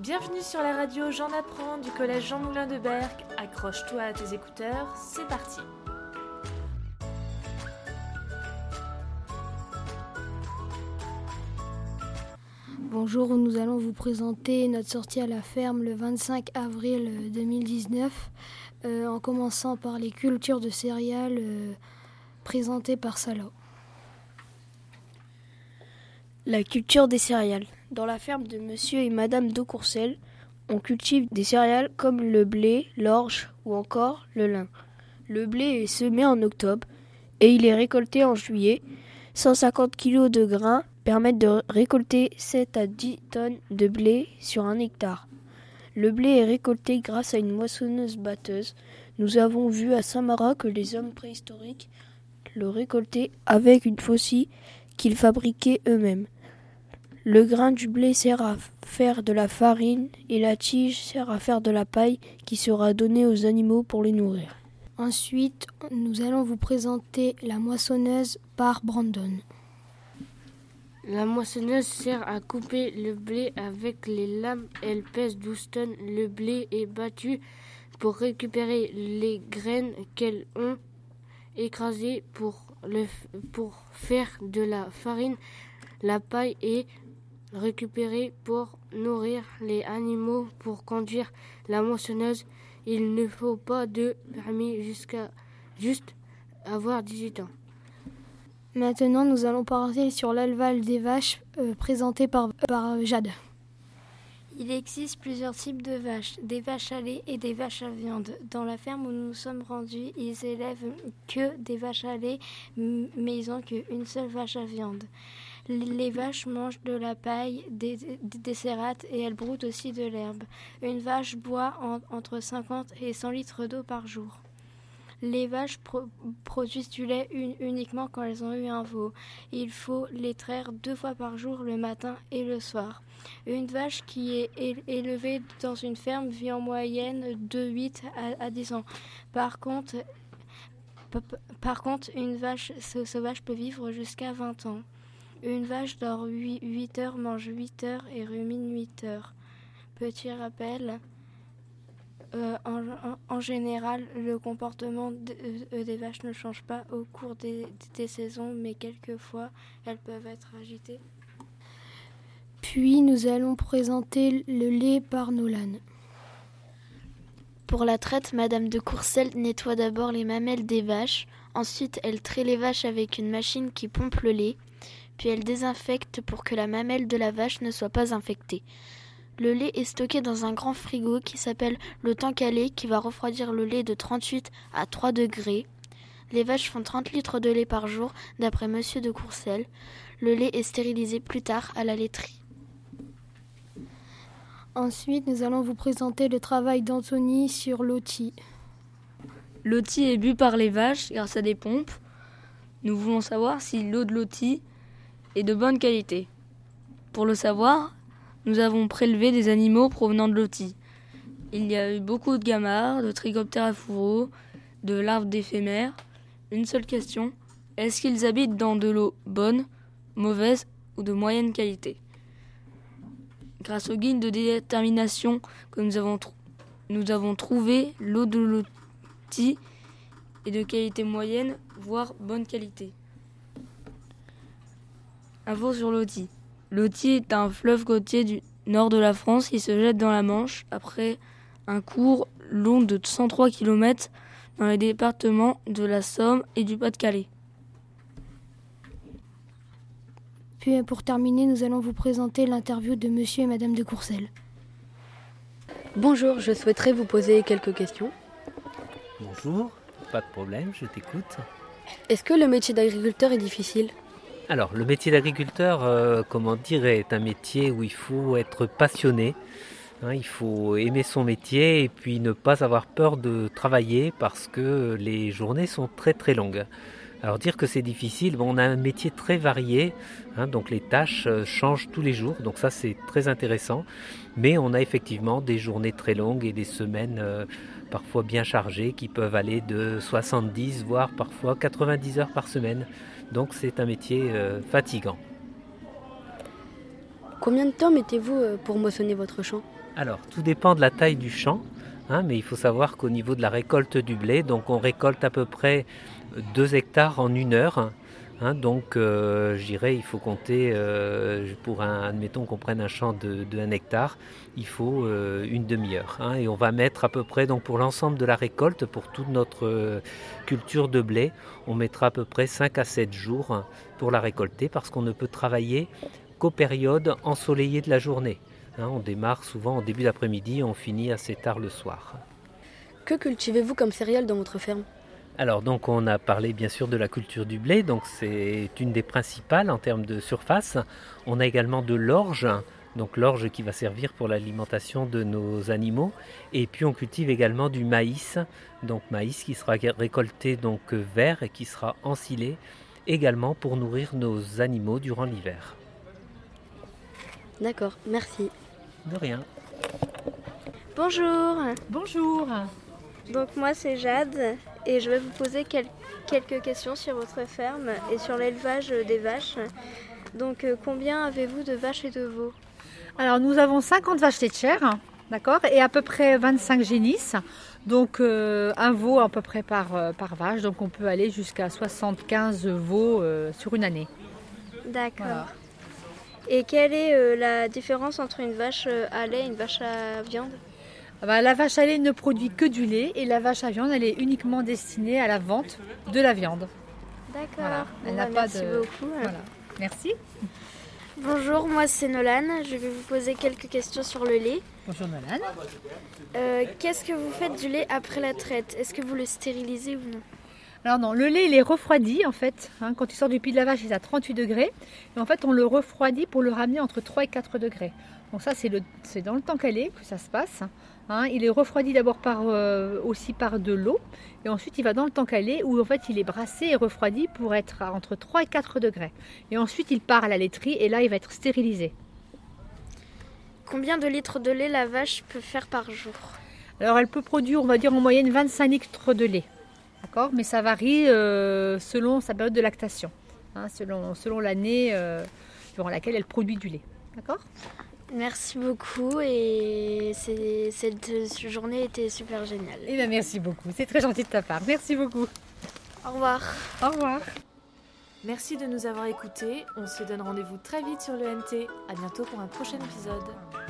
Bienvenue sur la radio J'en apprends du collège Jean Moulin de Berck. Accroche-toi à tes écouteurs, c'est parti. Bonjour, nous allons vous présenter notre sortie à la ferme le 25 avril 2019, en commençant par les cultures de céréales présentées par Salah. La culture des céréales. Dans la ferme de monsieur et madame de Courcelles, on cultive des céréales comme le blé, l'orge ou encore le lin. Le blé est semé en octobre et il est récolté en juillet. 150 kg de grains permettent de récolter 7 à 10 tonnes de blé sur un hectare. Le blé est récolté grâce à une moissonneuse-batteuse. Nous avons vu à Saint-Marat que les hommes préhistoriques le récoltaient avec une faucille qu'ils fabriquaient eux-mêmes. Le grain du blé sert à faire de la farine et la tige sert à faire de la paille qui sera donnée aux animaux pour les nourrir. Ensuite, nous allons vous présenter la moissonneuse par Brandon. La moissonneuse sert à couper le blé avec les lames. Elle pèse 12 tonnes. Le blé est battu pour récupérer les graines qu'elles ont écrasées pour faire de la farine. La paille est récupérée pour nourrir les animaux. Pour conduire la moissonneuse, il ne faut pas de permis juste avoir 18 ans. Maintenant, nous allons parler sur l'élevage des vaches présenté par Jade. Il existe plusieurs types de vaches, des vaches à lait et des vaches à viande. Dans la ferme où nous nous sommes rendus, ils élèvent que des vaches à lait, mais ils n'ont qu'une seule vache à viande. Les vaches mangent de la paille, des cérates et elles broutent aussi de l'herbe. Une vache boit entre 50 et 100 litres d'eau par jour. Les vaches produisent du lait uniquement quand elles ont eu un veau. Il faut les traire 2 fois par jour, le matin et le soir. Une vache qui est élevée dans une ferme vit en moyenne de 8 à 10 ans. Par contre, une vache sauvage peut vivre jusqu'à 20 ans. Une vache dort 8 heures, mange 8 heures et rumine 8 heures. Petit rappel, en général, le comportement des vaches ne change pas au cours des saisons, mais quelquefois, elles peuvent être agitées. Puis, nous allons présenter le lait par Nolan. Pour la traite, Madame de Courcelles nettoie d'abord les mamelles des vaches. Ensuite, elle traite les vaches avec une machine qui pompe le lait. Puis elle désinfecte pour que la mamelle de la vache ne soit pas infectée. Le lait est stocké dans un grand frigo qui s'appelle le tank à lait qui va refroidir le lait de 38 à 3 degrés. Les vaches font 30 litres de lait par jour d'après monsieur de Courcelles. Le lait est stérilisé plus tard à la laiterie. Ensuite, nous allons vous présenter le travail d'Anthony sur l'outil. L'outil est bu par les vaches grâce à des pompes. Nous voulons savoir si l'eau de l'outil est de bonne qualité. Pour le savoir, nous avons prélevé des animaux provenant de l'outil. Il y a eu beaucoup de gamards, de tricoptères à fourreau, de larves d'éphémères. Une seule question, est-ce qu'ils habitent dans de l'eau bonne, mauvaise ou de moyenne qualité ? Grâce au guide de détermination que nous avons trouvé, l'eau de l'outil est de qualité moyenne, voire bonne qualité. Info sur l'Authie. L'Authie est un fleuve côtier du nord de la France qui se jette dans la Manche après un cours long de 103 km dans les départements de la Somme et du Pas-de-Calais. Puis pour terminer, nous allons vous présenter l'interview de monsieur et madame de Courcelles. Bonjour, je souhaiterais vous poser quelques questions. Bonjour, pas de problème, je t'écoute. Est-ce que le métier d'agriculteur est difficile ? Alors, le métier d'agriculteur, est un métier où il faut être passionné. Il faut aimer son métier et puis ne pas avoir peur de travailler parce que les journées sont très très longues. Alors dire que c'est difficile, on a un métier très varié, donc les tâches changent tous les jours, donc ça c'est très intéressant. Mais on a effectivement des journées très longues et des semaines parfois bien chargées qui peuvent aller de 70 voire parfois 90 heures par semaine. Donc c'est un métier fatigant. Combien de temps mettez-vous pour moissonner votre champ ? Alors, tout dépend de la taille du champ, mais il faut savoir qu'au niveau de la récolte du blé, donc on récolte à peu près 2 hectares en 1 heure. Donc, je dirais, il faut compter, admettons qu'on prenne un champ de 1 hectare, il faut une demi-heure. Et on va mettre à peu près, donc pour l'ensemble de la récolte, pour toute notre culture de blé, on mettra à peu près 5 à 7 jours pour la récolter, parce qu'on ne peut travailler qu'aux périodes ensoleillées de la journée. On démarre souvent en début d'après-midi, on finit assez tard le soir. Que cultivez-vous comme céréales dans votre ferme ? Alors donc on a parlé bien sûr de la culture du blé, donc c'est une des principales en termes de surface. On a également de l'orge, donc l'orge qui va servir pour l'alimentation de nos animaux. Et puis on cultive également du maïs, donc maïs qui sera récolté donc vert et qui sera ensilé également pour nourrir nos animaux durant l'hiver. D'accord, merci. De rien. Bonjour. Bonjour. Donc moi c'est Jade et je vais vous poser quelques questions sur votre ferme et sur l'élevage des vaches. Donc combien avez-vous de vaches et de veaux ? Alors nous avons 50 vaches laitières, d'accord, et à peu près 25 génisses. Donc un veau à peu près par vache, donc on peut aller jusqu'à 75 veaux sur une année. D'accord. Voilà. Et quelle est la différence entre une vache à lait et une vache à viande ? La vache à lait ne produit que du lait et la vache à viande, elle est uniquement destinée à la vente de la viande. D'accord. Voilà. Merci beaucoup. Voilà. Merci. Bonjour, moi c'est Nolan. Je vais vous poser quelques questions sur le lait. Bonjour Nolan. Qu'est-ce que vous faites du lait après la traite ? Est-ce que vous le stérilisez ou non ? Alors non, le lait il est refroidi en fait. Quand il sort du pied de la vache, il est à 38 degrés. Et en fait, on le refroidit pour le ramener entre 3 et 4 degrés. Donc ça, c'est dans le temps calé que ça se passe. Il est refroidi d'abord aussi par de l'eau. Et ensuite, il va dans le temps calé où en fait, il est brassé et refroidi pour être entre 3 et 4 degrés. Et ensuite, il part à la laiterie et là, il va être stérilisé. Combien de litres de lait la vache peut faire par jour ? Alors, elle peut produire, on va dire en moyenne 25 litres de lait. D'accord ? Mais ça varie selon sa période de lactation. Selon l'année durant laquelle elle produit du lait. D'accord ? Merci beaucoup et cette journée était super géniale. Eh bien, merci beaucoup, c'est très gentil de ta part. Merci beaucoup. Au revoir. Au revoir. Merci de nous avoir écoutés. On se donne rendez-vous très vite sur le NT. À bientôt pour un prochain épisode.